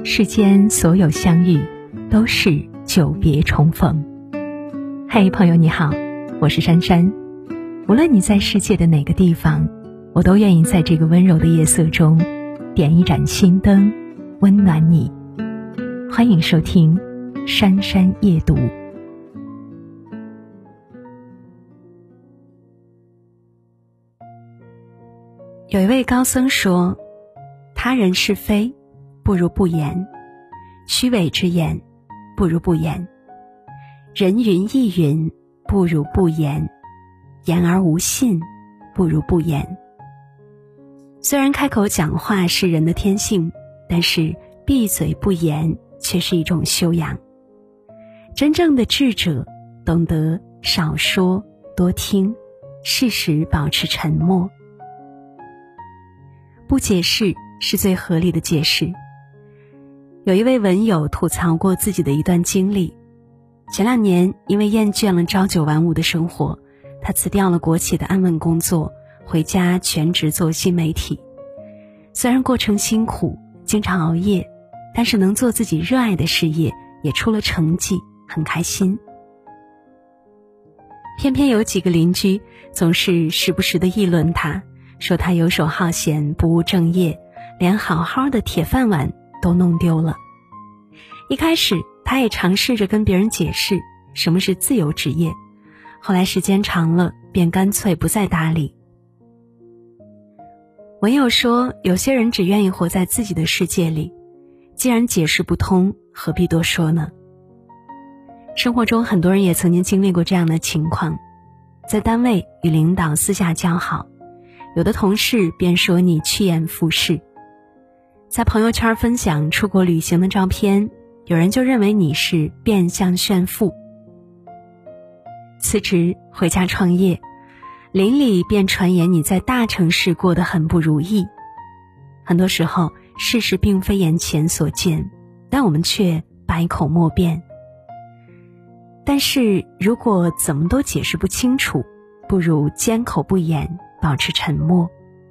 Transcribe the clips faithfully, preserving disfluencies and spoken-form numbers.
世间所有相遇，都是久别重逢。嘿，朋友你好，我是珊珊。无论你在世界的哪个地方，我都愿意在这个温柔的夜色中，点一盏心灯，温暖你。欢迎收听珊珊夜读。有一位高僧说，他人是非，不如不言；虚伪之言，不如不言；人云亦云，不如不言；言而无信，不如不言。虽然开口讲话是人的天性，但是闭嘴不言却是一种修养。真正的智者懂得少说多听，适时保持沉默。不解释是最合理的解释。有一位文友吐槽过自己的一段经历，前两年因为厌倦了朝九晚五的生活，他辞掉了国企的安稳工作，回家全职做新媒体。虽然过程辛苦，经常熬夜，但是能做自己热爱的事业，也出了成绩，很开心。偏偏有几个邻居总是时不时地议论他，说他游手好闲，不务正业，连好好的铁饭碗都弄丢了。一开始他也尝试着跟别人解释什么是自由职业，后来时间长了，便干脆不再搭理。文友说，有些人只愿意活在自己的世界里，既然解释不通，何必多说呢？生活中很多人也曾经经历过这样的情况，在单位与领导私下交好，有的同事便说你趋炎附势，在朋友圈分享出国旅行的照片，有人就认为你是变相炫富。辞职回家创业，邻里便传言你在大城市过得很不如意。很多时候事实并非眼前所见，但我们却百口莫辩。但是如果怎么都解释不清楚，不如缄口不言，保持沉默。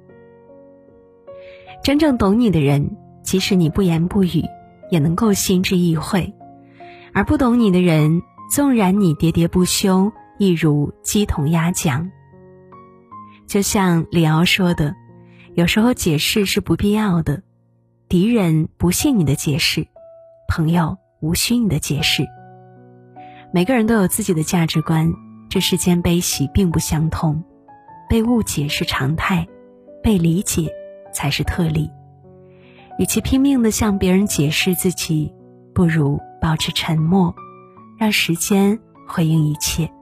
真正懂你的人，即使你不言不语，也能够心知意会；而不懂你的人，纵然你喋喋不休，亦如鸡同鸭讲。就像李敖说的，有时候解释是不必要的，敌人不信你的解释，朋友无需你的解释。每个人都有自己的价值观，这世间悲喜并不相同，被误解是常态，被理解才是特例。与其拼命地向别人解释自己，不如保持沉默，让时间回应一切。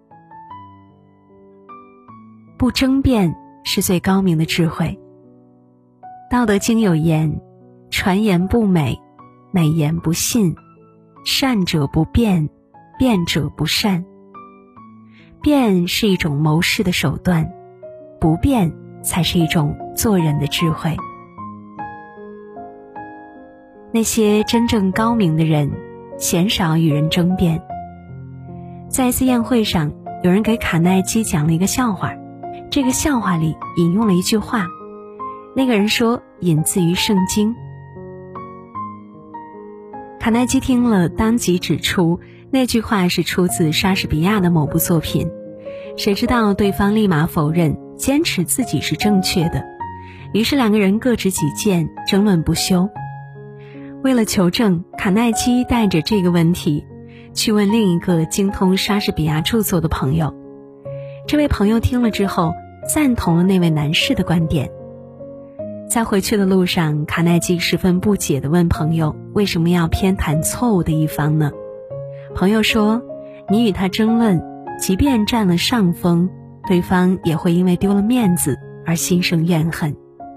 不争辩是最高明的智慧。道德经有言，传言不美，美言不信，善者不辩，辩者不善。辩是一种谋事的手段，不辩才是一种做人的智慧。那些真正高明的人，鲜少与人争辩。在一次宴会上，有人给卡耐基讲了一个笑话，这个笑话里引用了一句话，那个人说引自于圣经。卡耐基听了，当即指出那句话是出自莎士比亚的某部作品，谁知道对方立马否认，坚持自己是正确的，于是两个人各执己见，争论不休。为了求证，卡耐基带着这个问题去问另一个精通莎士比亚著作的朋友，这位朋友听了之后赞同了那位男士的观点。在回去的路上，卡耐基十分不解地问朋友，为什么要偏袒错误的一方呢？朋友说，你与他争论，即便占了上风，对方也会因为丢了面子而心生怨恨。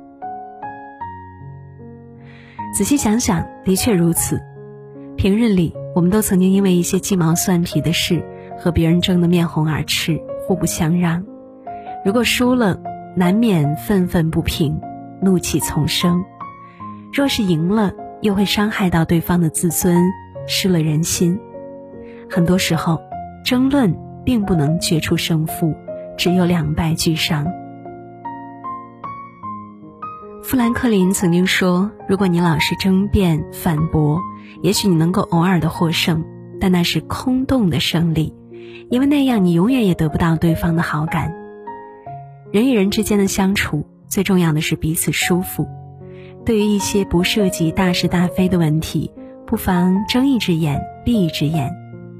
仔细想想，的确如此。平日里我们都曾经因为一些鸡毛蒜皮的事和别人争得面红耳赤，互不相让。如果输了，难免愤愤不平，怒气丛生；若是赢了，又会伤害到对方的自尊，失了人心。很多时候，争论并不能决出胜负，只有两败俱伤。 富兰克林曾经说，如果你老是争辩反驳，也许你能够偶尔的获胜，但那是空洞的胜利，因为那样你永远也得不到对方的好感。人与人之间的相处，最重要的是彼此舒服。对于一些不涉及大是大非的问题，不妨睁一只眼闭一只眼。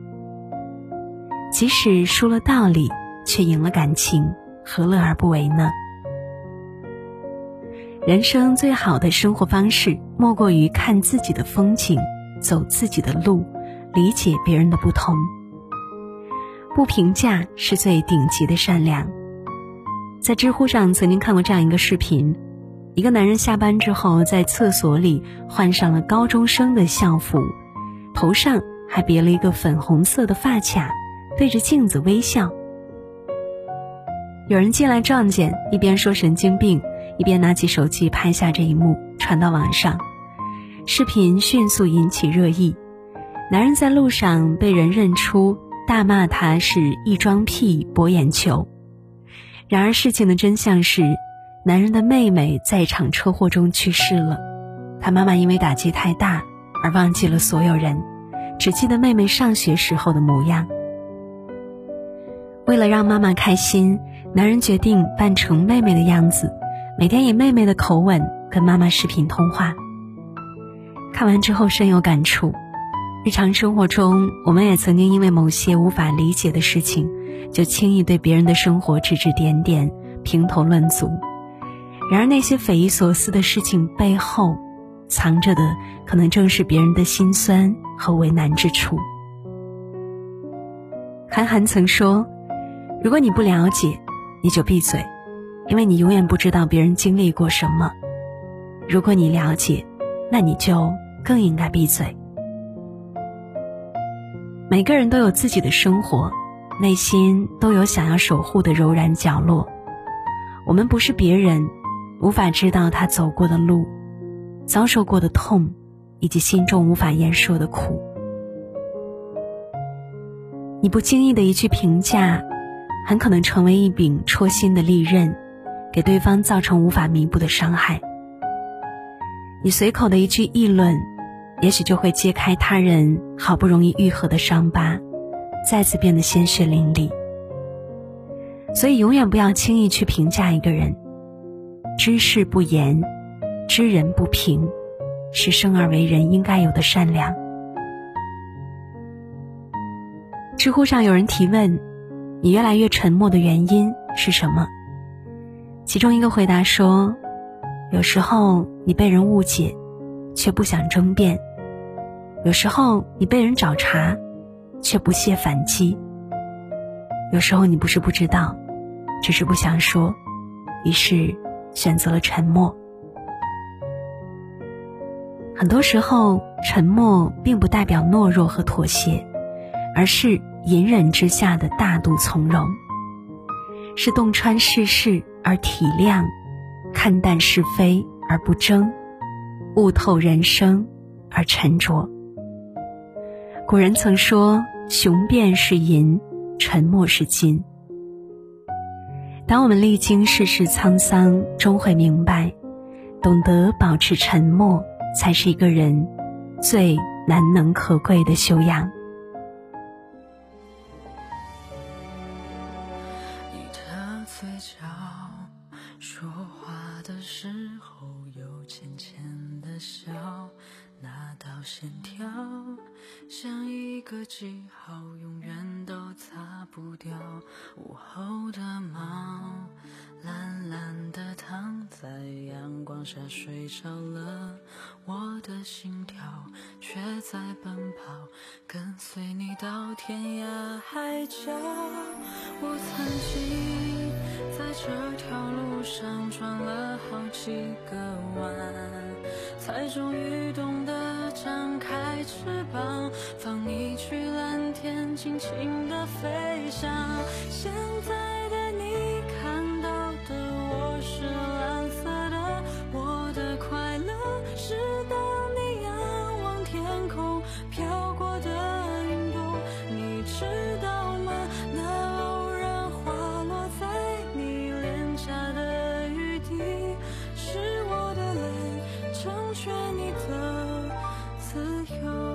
即使输了道理，却赢了感情，何乐而不为呢？人生最好的生活方式，莫过于看自己的风景，走自己的路，理解别人的不同。不评价是最顶级的善良。在知乎上曾经看过这样一个视频，一个男人下班之后在厕所里换上了高中生的校服，头上还别了一个粉红色的发卡，对着镜子微笑。有人进来撞见，一边说神经病，一边拿起手机拍下这一幕，传到网上。视频迅速引起热议，男人在路上被人认出，大骂他是异装癖博眼球。然而事情的真相是，男人的妹妹在一场车祸中去世了，他妈妈因为打击太大而忘记了所有人，只记得妹妹上学时候的模样。为了让妈妈开心，男人决定扮成妹妹的样子，每天以妹妹的口吻跟妈妈视频通话。看完之后深有感触，日常生活中我们也曾经因为某些无法理解的事情，就轻易对别人的生活指指点点，评头论足。然而那些匪夷所思的事情背后，藏着的可能正是别人的辛酸和为难之处。韩寒曾说，如果你不了解，你就闭嘴，因为你永远不知道别人经历过什么。如果你了解，那你就更应该闭嘴。每个人都有自己的生活，内心都有想要守护的柔软角落。我们不是别人，无法知道他走过的路，遭受过的痛，以及心中无法言说的苦。你不经意的一句评价，很可能成为一柄戳心的利刃，给对方造成无法弥补的伤害。你随口的一句议论，也许就会揭开他人好不容易愈合的伤疤，再次变得鲜血淋漓。所以永远不要轻易去评价一个人。知事不言，知人不评，是生而为人应该有的善良。知乎上有人提问，你越来越沉默的原因是什么？其中一个回答说，有时候你被人误解，却不想争辩；有时候你被人找茬，却不屑反击；有时候你不是不知道，只是不想说，于是选择了沉默。很多时候，沉默并不代表懦弱和妥协，而是隐忍之下的大度从容，是洞穿世事而体谅，看淡是非而不争，悟透人生而沉着。古人曾说，雄辩是银，沉默是金。当我们历经世事沧桑，终会明白，懂得保持沉默，才是一个人最难能可贵的修养。 你的嘴角说话的时候有浅浅的笑，那道线条像一个记号，永远都擦不掉。午后的猫懒懒地躺在阳光下睡着了，我的心跳却在奔跑，跟随你到天涯海角。我曾经在这条路上转了好几个弯，才终于懂得张开翅膀，放你去蓝天，尽情地飞翔。现在的你看到的我是蓝色的，我的快乐是当你仰望天空飘过的云朵。你知道吗？那偶然滑落在你脸颊的雨滴，是我的绝你的自由。